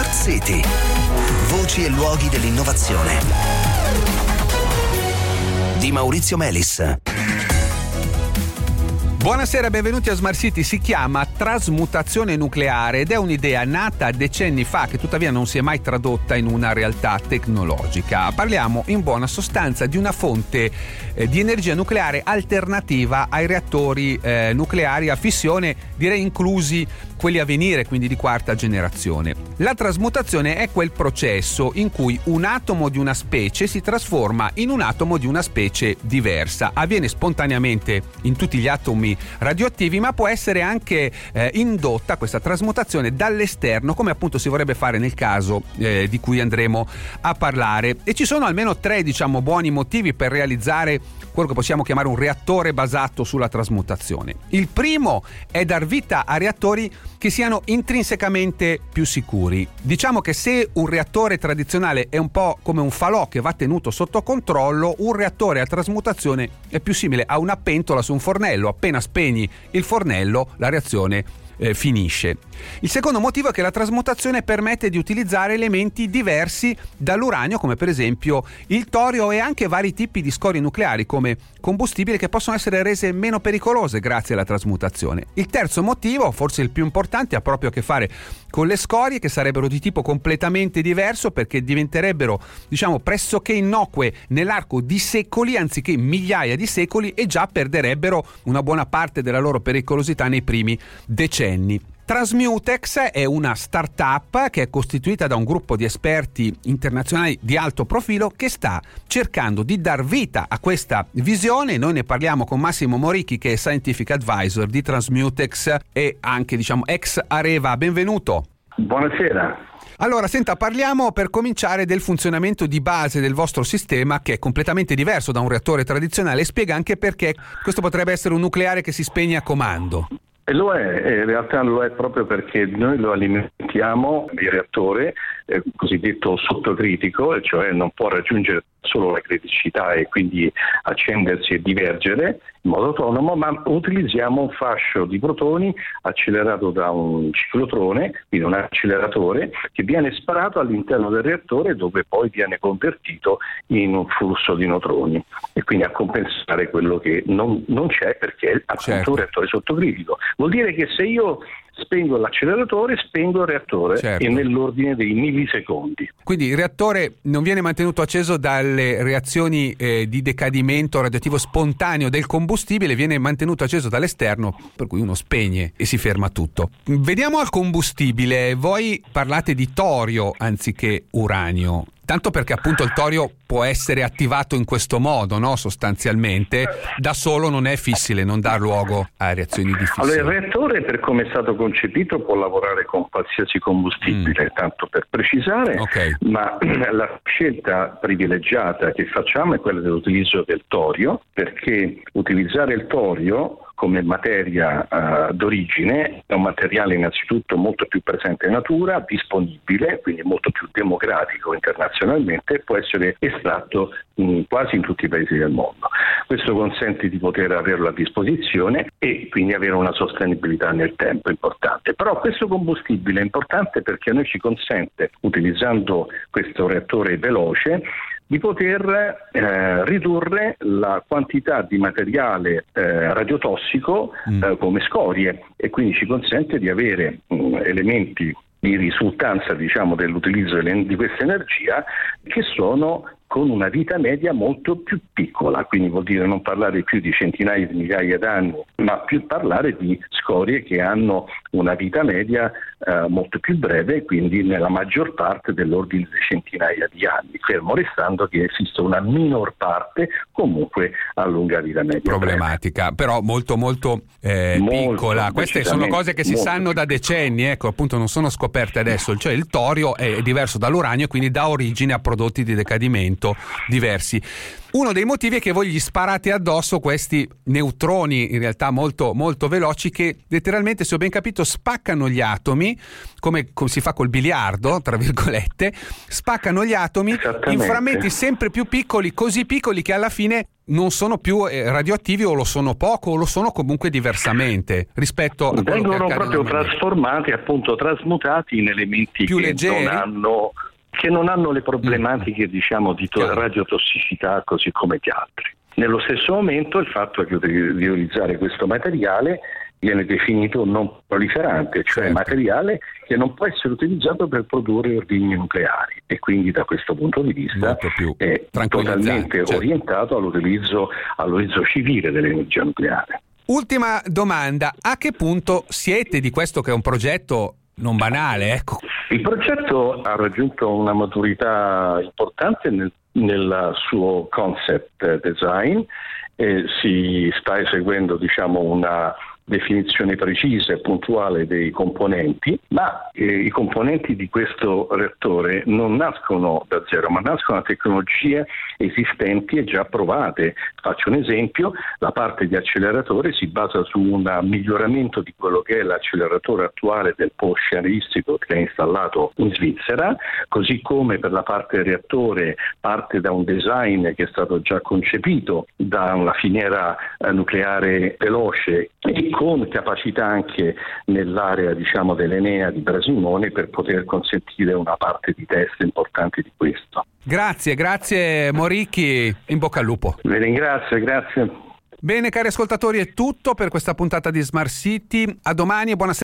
Smart City. Voci e luoghi dell'innovazione. Di Maurizio Melis. Buonasera, benvenuti a Smart City. Si chiama trasmutazione nucleare ed è un'idea nata decenni fa che tuttavia non si è mai tradotta in una realtà tecnologica. Parliamo in buona sostanza di una fonte di energia nucleare alternativa ai reattori nucleari a fissione, direi inclusi quelli a venire, quindi di quarta generazione. La trasmutazione è quel processo in cui un atomo di una specie si trasforma in un atomo di una specie diversa. Avviene spontaneamente in tutti gli atomi radioattivi, ma può essere anche indotta questa trasmutazione dall'esterno, come appunto si vorrebbe fare nel caso di cui andremo a parlare. E ci sono almeno tre, buoni motivi per realizzare quello che possiamo chiamare un reattore basato sulla trasmutazione. Il primo è dar vita a reattori che siano intrinsecamente più sicuri. Diciamo che se un reattore tradizionale è un po' come un falò che va tenuto sotto controllo, un reattore a trasmutazione è più simile a una pentola su un fornello. Appena spegni il fornello, la reazione finisce. Il secondo motivo è che la trasmutazione permette di utilizzare elementi diversi dall'uranio, come per esempio il torio, e anche vari tipi di scorie nucleari come combustibili che possono essere rese meno pericolose grazie alla trasmutazione. Il terzo motivo, forse il più importante, ha proprio a che fare con le scorie, che sarebbero di tipo completamente diverso, perché diventerebbero pressoché innocue nell'arco di secoli anziché migliaia di secoli, e già perderebbero una buona parte della loro pericolosità nei primi decenni. Transmutex è una startup che è costituita da un gruppo di esperti internazionali di alto profilo che sta cercando di dar vita a questa visione. Noi ne parliamo con Massimo Morichi, che è Scientific Advisor di Transmutex e anche ex Areva. Benvenuto. Buonasera. Allora, senta, parliamo per cominciare del funzionamento di base del vostro sistema, che è completamente diverso da un reattore tradizionale, e spiega anche perché questo potrebbe essere un nucleare che si spegne a comando. E lo è, in realtà lo è proprio perché noi lo alimentiamo, il reattore cosiddetto sottocritico, cioè non può raggiungere solo la criticità e quindi accendersi e divergere in modo autonomo, ma utilizziamo un fascio di protoni accelerato da un ciclotrone, quindi un acceleratore, che viene sparato all'interno del reattore, dove poi viene convertito in un flusso di neutroni, e quindi a compensare quello che non c'è, perché è appunto un reattore sottocritico. Vuol dire che se io spengo l'acceleratore, spengo il reattore, e nell'ordine dei millisecondi. Quindi il reattore non viene mantenuto acceso dalle reazioni di decadimento radioattivo spontaneo del combustibile, viene mantenuto acceso dall'esterno, per cui uno spegne e si ferma tutto. Vediamo al combustibile. Voi parlate di torio anziché uranio. Tanto perché appunto il torio può essere attivato in questo modo, no? Sostanzialmente da solo non è fissile, non dà luogo a reazioni di fissione. Allora, il reattore, per come è stato concepito, può lavorare con qualsiasi combustibile, tanto per precisare, ma la scelta privilegiata che facciamo è quella dell'utilizzo del torio, perché utilizzare il torio come materia d'origine è un materiale innanzitutto molto più presente in natura, disponibile, quindi molto più democratico internazionalmente, e può essere estratto quasi in tutti i paesi del mondo. Questo consente di poter averlo a disposizione e quindi avere una sostenibilità nel tempo importante. Però questo combustibile è importante perché a noi ci consente, utilizzando questo reattore veloce, di poter ridurre la quantità di materiale radiotossico come scorie, e quindi ci consente di avere elementi di risultanza dell'utilizzo di questa energia che sono con una vita media molto più piccola, quindi vuol dire non parlare più di centinaia di migliaia d'anni, ma più parlare di scorie che hanno una vita media molto più breve, quindi nella maggior parte dell'ordine di centinaia di anni, fermo restando che esiste una minor parte comunque a lunga vita media. Problematica, però molto piccola. Queste sono cose che si sanno da decenni, appunto non sono scoperte adesso, cioè il torio è diverso dall'uranio e quindi dà origine a prodotti di decadimento diversi. Uno dei motivi è che voi gli sparate addosso questi neutroni in realtà molto molto veloci che letteralmente, se ho ben capito, spaccano gli atomi come si fa col biliardo, tra virgolette, spaccano gli atomi in frammenti sempre più piccoli, così piccoli che alla fine non sono più radioattivi, o lo sono poco, o lo sono comunque diversamente rispetto a quello vengono che proprio trasformati, appunto trasmutati in elementi più che leggeri, non hanno le problematiche di radiotossicità così come gli altri. Nello stesso momento il fatto di utilizzare questo materiale viene definito non proliferante, cioè materiale che non può essere utilizzato per produrre ordigni nucleari, e quindi da questo punto di vista è totalmente orientato all'utilizzo civile dell'energia nucleare. Ultima domanda: a che punto siete di questo, che è un progetto non banale, ecco? Il progetto ha raggiunto una maturità importante nel suo concept design, e si sta eseguendo una definizione precisa e puntuale dei componenti, ma i componenti di questo reattore non nascono da zero, ma nascono da tecnologie esistenti e già provate. Faccio un esempio: la parte di acceleratore si basa su un miglioramento di quello che è l'acceleratore attuale del Porsche Institute, che è installato in Svizzera, così come per la parte reattore parte da un design che è stato già concepito da una finiera nucleare veloce e con capacità anche nell'area dell'Enea di Brasimone, per poter consentire una parte di test importante di questo. Grazie Moricchi, in bocca al lupo. Vi ringrazio, grazie. Bene cari ascoltatori, è tutto per questa puntata di Smart City. A domani e buona